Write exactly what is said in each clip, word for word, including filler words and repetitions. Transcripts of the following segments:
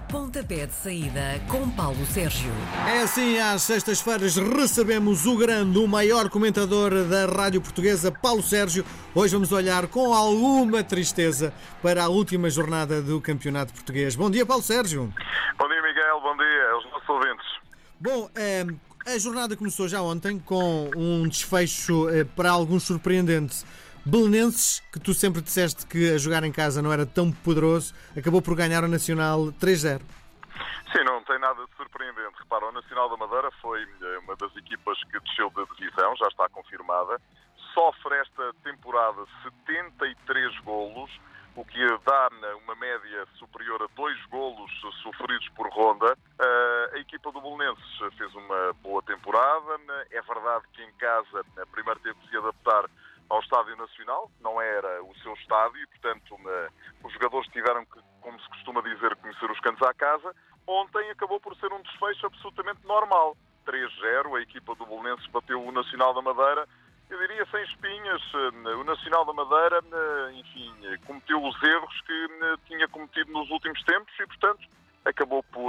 Pontapé de saída com Paulo Sérgio. É assim, às sextas-feiras recebemos o grande, o maior comentador da Rádio Portuguesa, Paulo Sérgio. Hoje vamos olhar com alguma tristeza para a última jornada do Campeonato Português. Bom dia, Paulo Sérgio. Bom dia, Miguel. Bom dia aos nossos ouvintes. Bom, a jornada começou já ontem com um desfecho para alguns surpreendente. Belenenses, que tu sempre disseste que a jogar em casa não era tão poderoso, acabou por ganhar o Nacional três zero. Sim, não tem nada de surpreendente. Repara, o Nacional da Madeira foi uma das equipas que desceu da divisão, já está confirmada. Sofre esta temporada setenta e três golos, o que dá uma média superior a dois golos sofridos por ronda. A equipa do Belenenses fez uma boa temporada. É verdade que em casa, primeiro teve de se adaptar ao Estádio Nacional, não era o seu estádio e, portanto, os jogadores tiveram que, como se costuma dizer, conhecer os cantos à casa. Ontem acabou por ser um desfecho absolutamente normal. três zero, a equipa do Belenenses bateu o Nacional da Madeira, eu diria sem espinhas. O Nacional da Madeira, enfim, cometeu os erros que tinha cometido nos últimos tempos e, portanto, acabou por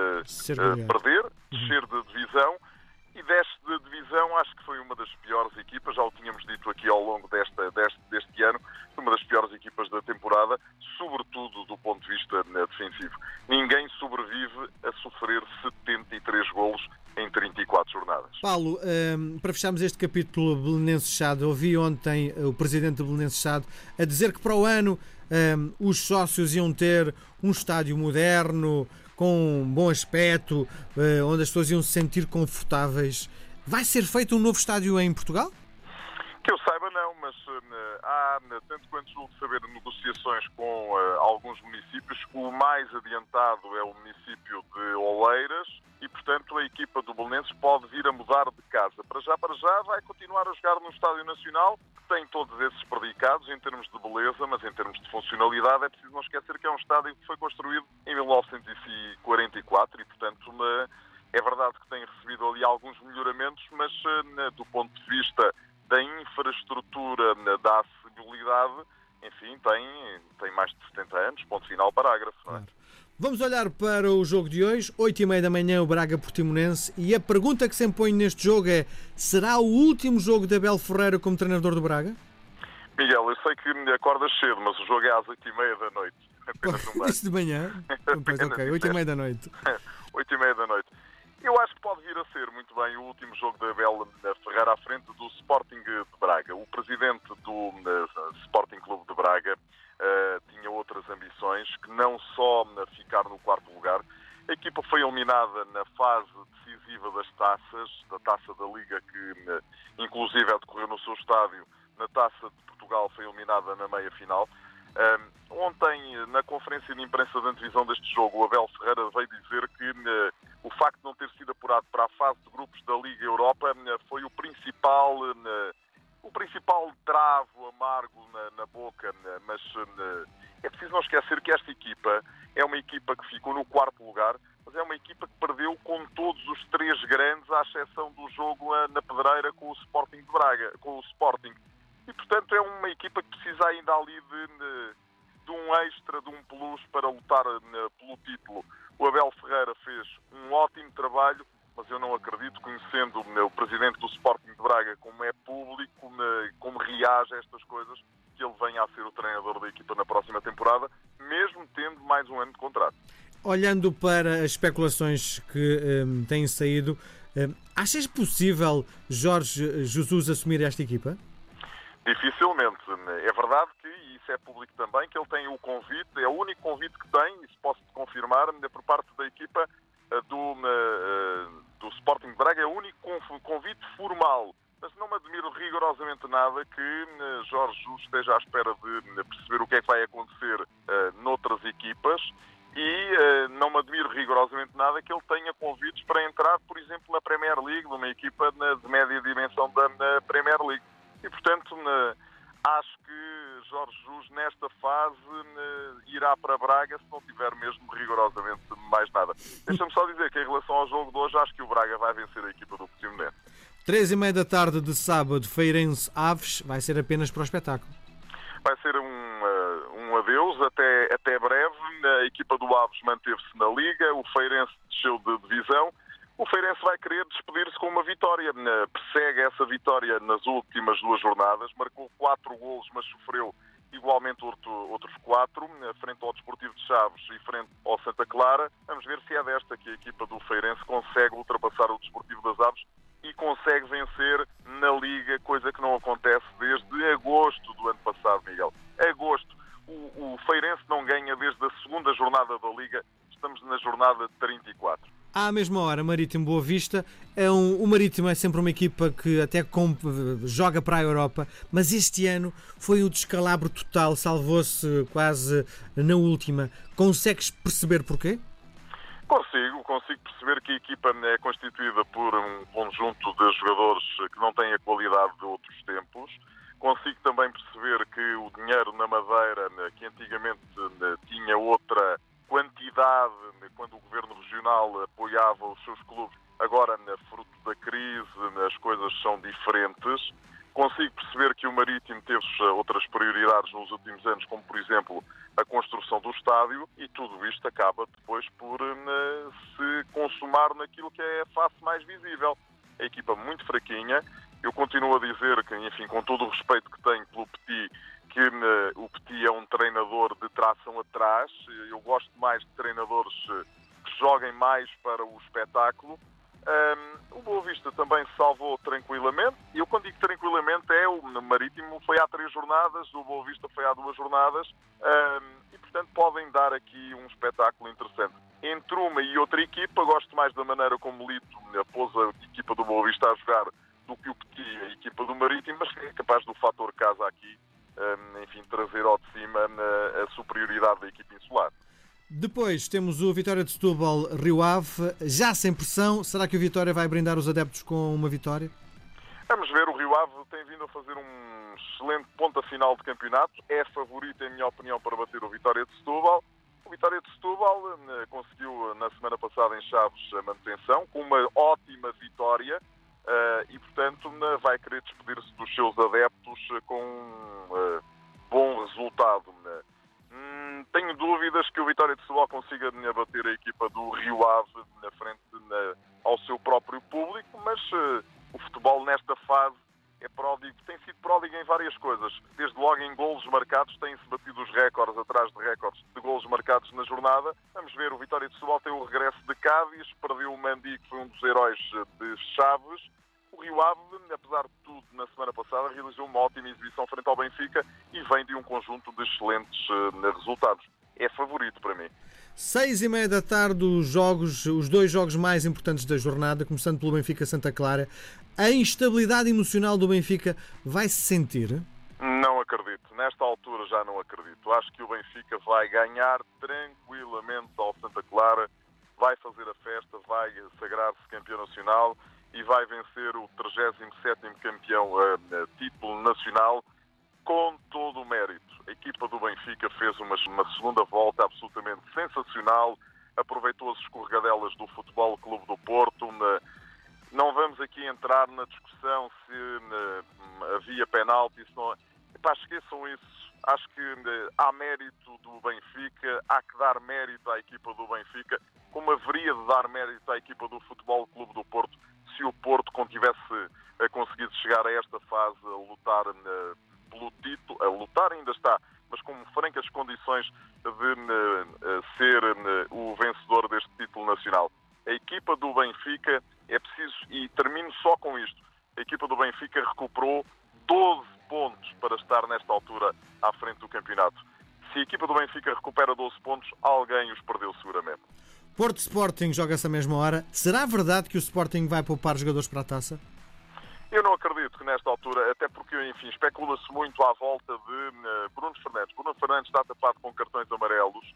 perder, descer de divisão. E deste de divisão, acho que foi uma das piores equipas, já o tínhamos dito aqui ao longo desta, deste, deste ano, uma das piores equipas da temporada, sobretudo do ponto de vista defensivo. Ninguém sobrevive a sofrer setenta e três golos em trinta e quatro jornadas. Paulo, um, para fecharmos este capítulo Belenenses-Chade, ouvi ontem o presidente do Belenenses-Chade a dizer que para o ano um, os sócios iam ter um estádio moderno, com um bom aspecto, onde as pessoas iam se sentir confortáveis. Vai ser feito um novo estádio em Portugal? Que eu saiba não, mas há, tanto quanto julgo saber, negociações com uh, alguns municípios. O mais adiantado é o município de Oleiras e, portanto, a equipa do Belenenses pode vir a mudar de casa. Para já, para já, vai continuar a jogar no Estádio Nacional, que tem todos esses predicados em termos de beleza, mas em termos de funcionalidade é preciso não esquecer que é um estádio que foi construído em mil novecentos e quarenta e quatro e, portanto, uma, é verdade que tem recebido ali alguns melhoramentos, mas uh, do ponto de vista da infraestrutura, da acessibilidade, enfim, tem, tem mais de setenta anos, ponto final, parágrafo. Não é? Claro. Vamos olhar para o jogo de hoje, oito e meia da manhã, o Braga Portimonense, e a pergunta que se põe neste jogo é: será o último jogo de Abel Ferreira como treinador do Braga? Miguel, eu sei que me acordas cedo, mas o jogo é às oito e meia da noite. Isso de manhã? Pois, ok, oito e meia da noite. oito e meia da noite. Eu acho que pode vir a ser, muito bem, o último jogo de Abel Ferreira à frente do Sporting de Braga. O presidente do uh, Sporting Clube de Braga uh, tinha outras ambições, que não só uh, ficar no quarto lugar. A equipa foi eliminada na fase decisiva das taças, da Taça da Liga, que uh, inclusive decorreu no seu estádio. Na Taça de Portugal foi eliminada na meia-final. Uh, ontem, na conferência de imprensa da antevisão deste jogo, o Abel Ferreira veio dizer que uh, o facto de não ter sido apurado para a fase de grupos da Liga Europa uh, foi o principal, uh, o principal travo amargo na, na boca, uh, mas uh, é preciso não esquecer que esta equipa é uma equipa que ficou no quarto lugar, mas é uma equipa que perdeu com todos os três grandes, à exceção do jogo uh, na Pedreira com o Sporting de Braga, com o Sporting. E, portanto, é uma equipa que precisa ainda ali de, de, de um extra, de um plus para lutar uh, pelo título. O Abel Ferreira fez um ótimo trabalho, mas eu não acredito, conhecendo uh, o presidente do Sporting de Braga, como é público, uh, como reage a estas coisas, que ele venha a ser o treinador da equipa na próxima temporada, mesmo tendo mais um ano de contrato. Olhando para as especulações que um, têm saído, um, achas possível Jorge Jesus assumir esta equipa? Dificilmente. É verdade que, e isso é público também, que ele tem o convite, é o único convite que tem, isso posso confirmar, por parte da equipa do, do Sporting de Braga, é o único convite formal. Mas não me admiro rigorosamente nada que Jorge Jesus esteja à espera de perceber o que é que vai acontecer noutras equipas e não me admiro rigorosamente nada que ele tenha convites para entrar, por exemplo, na Premier League, numa equipa de média dimensão da Premier League. E, portanto, acho que Jorge Jesus, nesta fase, irá para Braga se não tiver mesmo rigorosamente mais nada. Deixa-me só dizer que, em relação ao jogo de hoje, acho que o Braga vai vencer a equipa do Portimonense. Três e meia da tarde de sábado, Feirense Aves, vai ser apenas para o espetáculo. Vai ser um, um adeus adeus, até, até breve. A equipa do Aves manteve-se na Liga, o Feirense desceu de divisão. O Feirense vai querer despedir-se com uma vitória. Persegue essa vitória nas últimas duas jornadas, marcou quatro golos, mas sofreu igualmente outros quatro, frente ao Desportivo de Chaves e frente ao Santa Clara. Vamos ver se é desta que a equipa do Feirense consegue ultrapassar o Desportivo das Aves e consegue vencer na Liga, coisa que não acontece desde agosto do ano passado, Miguel. Agosto. O, o Feirense não ganha desde a segunda jornada da Liga. Estamos na jornada trinta e quatro. À mesma hora, Marítimo Boa Vista. É um, o Marítimo é sempre uma equipa que até com, joga para a Europa, mas este ano foi o descalabro total, salvou-se quase na última. Consegues perceber porquê? Consigo, consigo perceber que a equipa é constituída por um conjunto de jogadores que não têm a qualidade de outros tempos. Consigo também perceber que o dinheiro na Madeira, que antigamente tinha outra quantidade, quando o governo regional apoiava os seus clubes, agora, fruto da crise, as coisas são diferentes. Consigo perceber que o Marítimo teve outras prioridades nos últimos anos, como, por exemplo, a construção do estádio, e tudo isto acaba depois por uh, se consumar naquilo que é a face mais visível. A equipa muito fraquinha. Eu continuo a dizer que, enfim, com todo o respeito que tenho pelo Petit, que uh, o Petit é um treinador de tração atrás. Eu gosto mais de treinadores uh, que joguem mais para o espetáculo. Um, o Boa Vista também se salvou tranquilamente. E eu, quando digo tranquilamente, é o Marítimo foi há três jornadas, o Boa Vista foi há duas jornadas, um, e portanto podem dar aqui um espetáculo interessante. Entre uma e outra equipa, gosto mais da maneira como Lito pôs a equipa do Boa Vista a jogar do que o Petit, a equipa do Marítimo, mas é capaz do fator casa aqui, um, enfim, trazer ao de cima a, a superioridade da equipa insular. Depois temos o Vitória de Setúbal Rio Ave, já sem pressão. Será que o Vitória vai brindar os adeptos com uma vitória? Vamos ver, o Rio Ave tem vindo a fazer um excelente ponta final de campeonato. É favorito, em minha opinião, para bater o Vitória de Setúbal. O Vitória de Setúbal eh, conseguiu na semana passada em Chaves a manutenção, com uma ótima vitória, eh, e portanto vai querer despedir-se dos seus adeptos com um eh, bom resultado. Hum, tenho dúvidas que o Vitória de Setúbal consiga bater a equipa do Rio Ave na frente na, ao seu próprio público, mas uh, o futebol nesta fase é pródigo, tem sido pródigo em várias coisas. Desde logo em golos marcados, têm-se batido os recordes atrás de recordes de golos marcados na jornada. Vamos ver, o Vitória de Setúbal tem o regresso de Cádiz, perdeu o Mandi, que foi um dos heróis de Chaves. O Rio Ave, apesar de tudo, na semana passada, realizou uma ótima exibição frente ao Benfica e vem de um conjunto de excelentes uh, resultados. É favorito para mim. Seis e meia da tarde, os jogos, os dois jogos mais importantes da jornada, começando pelo Benfica Santa Clara. A instabilidade emocional do Benfica vai-se sentir? Não acredito. Nesta altura já não acredito. Acho que o Benfica vai ganhar tranquilamente ao Santa Clara, vai fazer a festa, vai sagrar-se campeão nacional e vai vencer o trigésimo sétimo campeão uh, título nacional com todo o mérito. A equipa do Benfica fez uma, uma segunda volta absolutamente sensacional, aproveitou as escorregadelas do Futebol Clube do Porto. Na, não vamos aqui entrar na discussão se na, havia penalti, se não... Epá, esqueçam isso. Acho que uh, há mérito do Benfica, há que dar mérito à equipa do Benfica, como haveria de dar mérito à equipa do Futebol Clube do Porto, se o Porto tivesse uh, conseguido chegar a esta fase a lutar uh, pelo título, a lutar ainda está, mas com francas condições de uh, uh, ser uh, o vencedor deste título nacional. A equipa do Benfica, é preciso, e termino só com isto, a equipa do Benfica recuperou doze pontos para estar nesta altura à frente do campeonato. Se a equipa do Benfica recupera doze pontos, alguém os perdeu seguramente. Porto Sporting joga-se à mesma hora. Será verdade que o Sporting vai poupar jogadores para a taça? Eu não acredito que nesta altura, até porque, enfim, especula-se muito à volta de uh, Bruno Fernandes. Bruno Fernandes está tapado com cartões amarelos.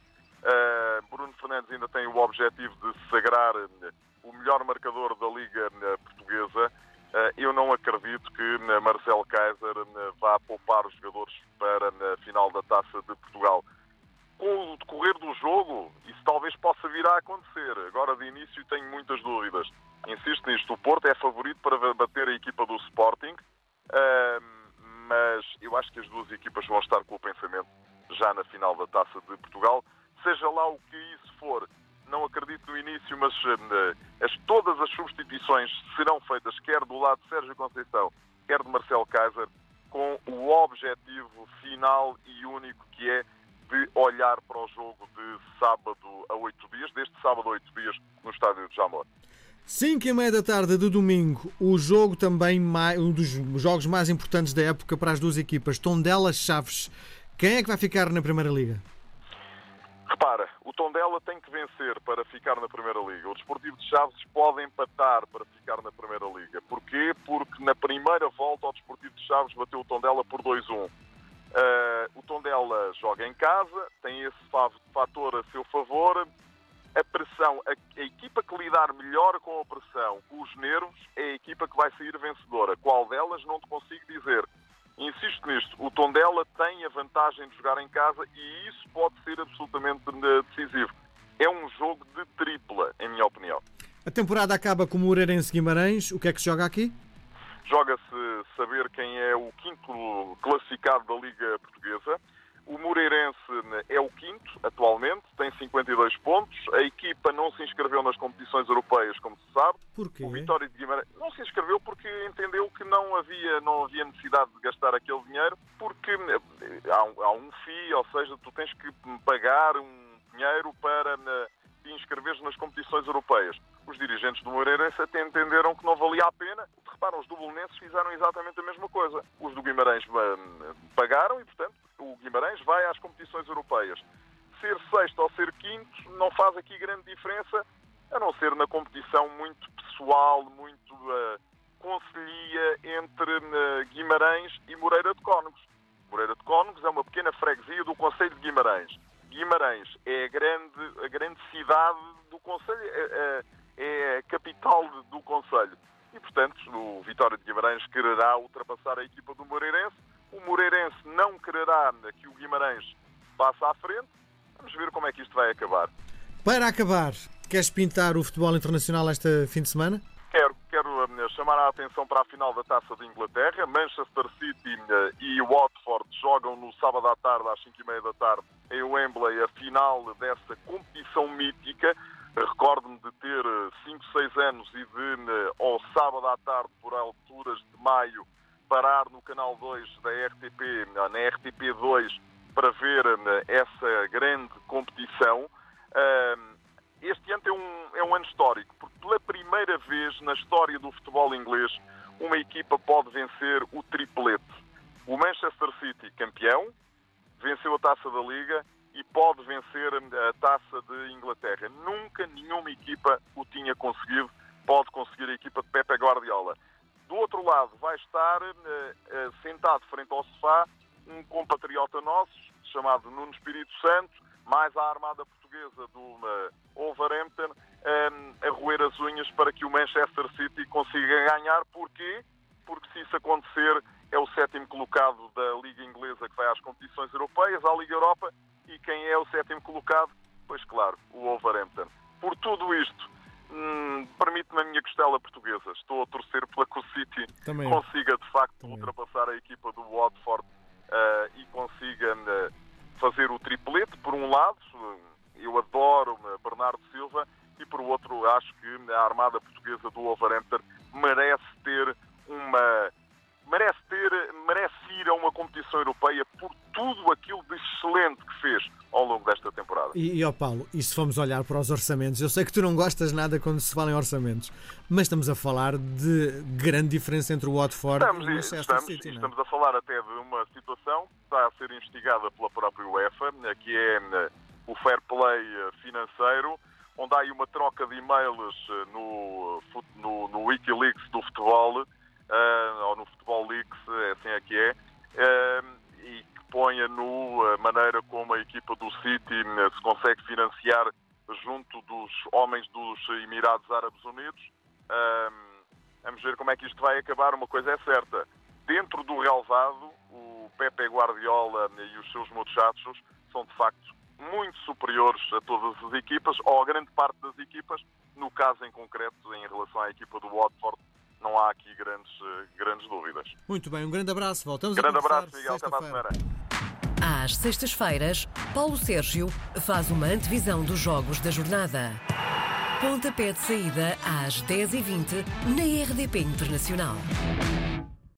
Uh, Bruno Fernandes ainda tem o objetivo de se sagrar uh, o melhor marcador da Liga uh, Portuguesa. Uh, eu não acredito que uh, Marcelo Kaiser uh, vá poupar os jogadores para a uh, final da Taça de Portugal. Com o decorrer do jogo, isso talvez possa vir a acontecer. Agora, de início, tenho muitas dúvidas. Insisto nisto, o Porto é favorito para bater a equipa do Sporting, uh, mas eu acho que as duas equipas vão estar com o pensamento já na final da Taça de Portugal. Seja lá o que isso for, não acredito no início, mas uh, as, todas as substituições serão feitas, quer do lado de Sérgio Conceição, quer de Marcelo Kaiser, com o objetivo final e único que é de olhar para o jogo de sábado a oito dias, deste sábado a oito dias, no estádio de Jamor. cinco e meia da tarde de domingo, o jogo também, um dos jogos mais importantes da época para as duas equipas, Tondela-Chaves. Quem é que vai ficar na Primeira Liga? Repara, o Tondela tem que vencer para ficar na Primeira Liga. O Desportivo de Chaves pode empatar para ficar na Primeira Liga. Porquê? Porque na primeira volta o Desportivo de Chaves bateu o Tondela por dois a um. Uh, o Tondela joga em casa, tem esse fator a seu favor. A pressão, a, a equipa que lidar melhor com a pressão, com os nervos, é a equipa que vai sair vencedora. Qual delas não te consigo dizer. Insisto nisto, o Tondela tem a vantagem de jogar em casa e isso pode ser absolutamente decisivo. É um jogo de tripla, em minha opinião. A temporada acaba com o Moreirense Guimarães. O que é que se joga aqui? Joga-se saber quem é o quinto classificado da Liga Portuguesa. O Moreirense é o quinto, atualmente, tem cinquenta e dois pontos. A equipa não se inscreveu nas competições europeias, como se sabe. Porquê? O Vitória de Guimarães não se inscreveu porque entendeu que não havia, não havia necessidade de gastar aquele dinheiro, porque há um, há um fee, ou seja, tu tens que pagar um dinheiro para te inscreveres nas competições europeias. Os dirigentes do Moreirense até entenderam que não valia a pena. Reparam, os do Belenenses fizeram exatamente a mesma coisa. Os do Guimarães pagaram e, portanto, o Guimarães vai às competições europeias. Ser sexto ou ser quinto não faz aqui grande diferença, a não ser na competição muito pessoal, muito uh, concelhia entre uh, Guimarães e Moreira de Cónegos. Moreira de Cónegos é uma pequena freguesia do concelho de Guimarães. Guimarães é a grande, a grande cidade do concelho, é, é a capital do concelho. E, portanto, o Vitória de Guimarães quererá ultrapassar a equipa do Moreirense. O Moreirense não quererá que o Guimarães passe à frente. Vamos ver como é que isto vai acabar. Para acabar, queres pintar o futebol internacional este fim de semana? Quero, quero chamar a atenção para a final da Taça de Inglaterra. Manchester City e Watford jogam no sábado à tarde, às cinco e meia da tarde, em Wembley, a final dessa competição mítica. Recordo-me de ter cinco, seis anos e de, ao sábado à tarde, por alturas de maio, parar no canal dois da R T P, na R T P dois, para ver essa grande competição. Este ano é um, é um ano histórico, porque pela primeira vez na história do futebol inglês, uma equipa pode vencer o triplete. O Manchester City, campeão, venceu a Taça da Liga e pode vencer a Taça de Inglaterra. Nunca nenhuma equipa o tinha conseguido, pode conseguir a equipa de Pepe Guardiola. Do outro lado vai estar uh, uh, sentado frente ao sofá um compatriota nosso, chamado Nuno Espírito Santo, mais a armada portuguesa do uh, Wolverhampton, um, a roer as unhas para que o Manchester City consiga ganhar. Porquê? Porque se isso acontecer, é o sétimo colocado da Liga Inglesa que vai às competições europeias, à Liga Europa, e quem é o sétimo colocado? Pois claro, o Wolverhampton. Por tudo isto, hum, permite-me a minha costela portuguesa. Estou a torcer para que o City Também consiga, de facto, Também. ultrapassar a equipa do Watford uh, e consiga uh, fazer o triplete, por um lado. Eu adoro uh, Bernardo Silva, e por outro, acho que a armada portuguesa do Wolverhampton merece ter uma... merece ter, merece ir a uma competição europeia por tudo aquilo de excelente que fez ao longo desta temporada. E, e ó Paulo, e se formos olhar para os orçamentos, eu sei que tu não gostas nada quando se fala em orçamentos, mas estamos a falar de grande diferença entre o Watford estamos, e o Manchester estamos, City, não é? Estamos a falar até de uma situação que está a ser investigada pela própria UEFA, que é o fair play financeiro, onde há aí uma troca de e-mails no, no, no Wikileaks do futebol, Uh, ou no Futebol Leaks, assim é que é, uh, e que põe a nu a maneira como a equipa do City uh, se consegue financiar junto dos homens dos Emirados Árabes Unidos. Uh, vamos ver como é que isto vai acabar. Uma coisa é certa, dentro do relvado, o Pepe Guardiola e os seus muchachos são de facto muito superiores a todas as equipas, ou a grande parte das equipas. No caso em concreto, em relação à equipa do Watford, não há aqui grandes, grandes dúvidas. Muito bem, um grande abraço. Voltamos grande a conversar abraço, Miguel. Até para a semana. Às sextas-feiras, Paulo Sérgio faz uma antevisão dos jogos da jornada. Pontapé de saída às dez e vinte na R D P Internacional.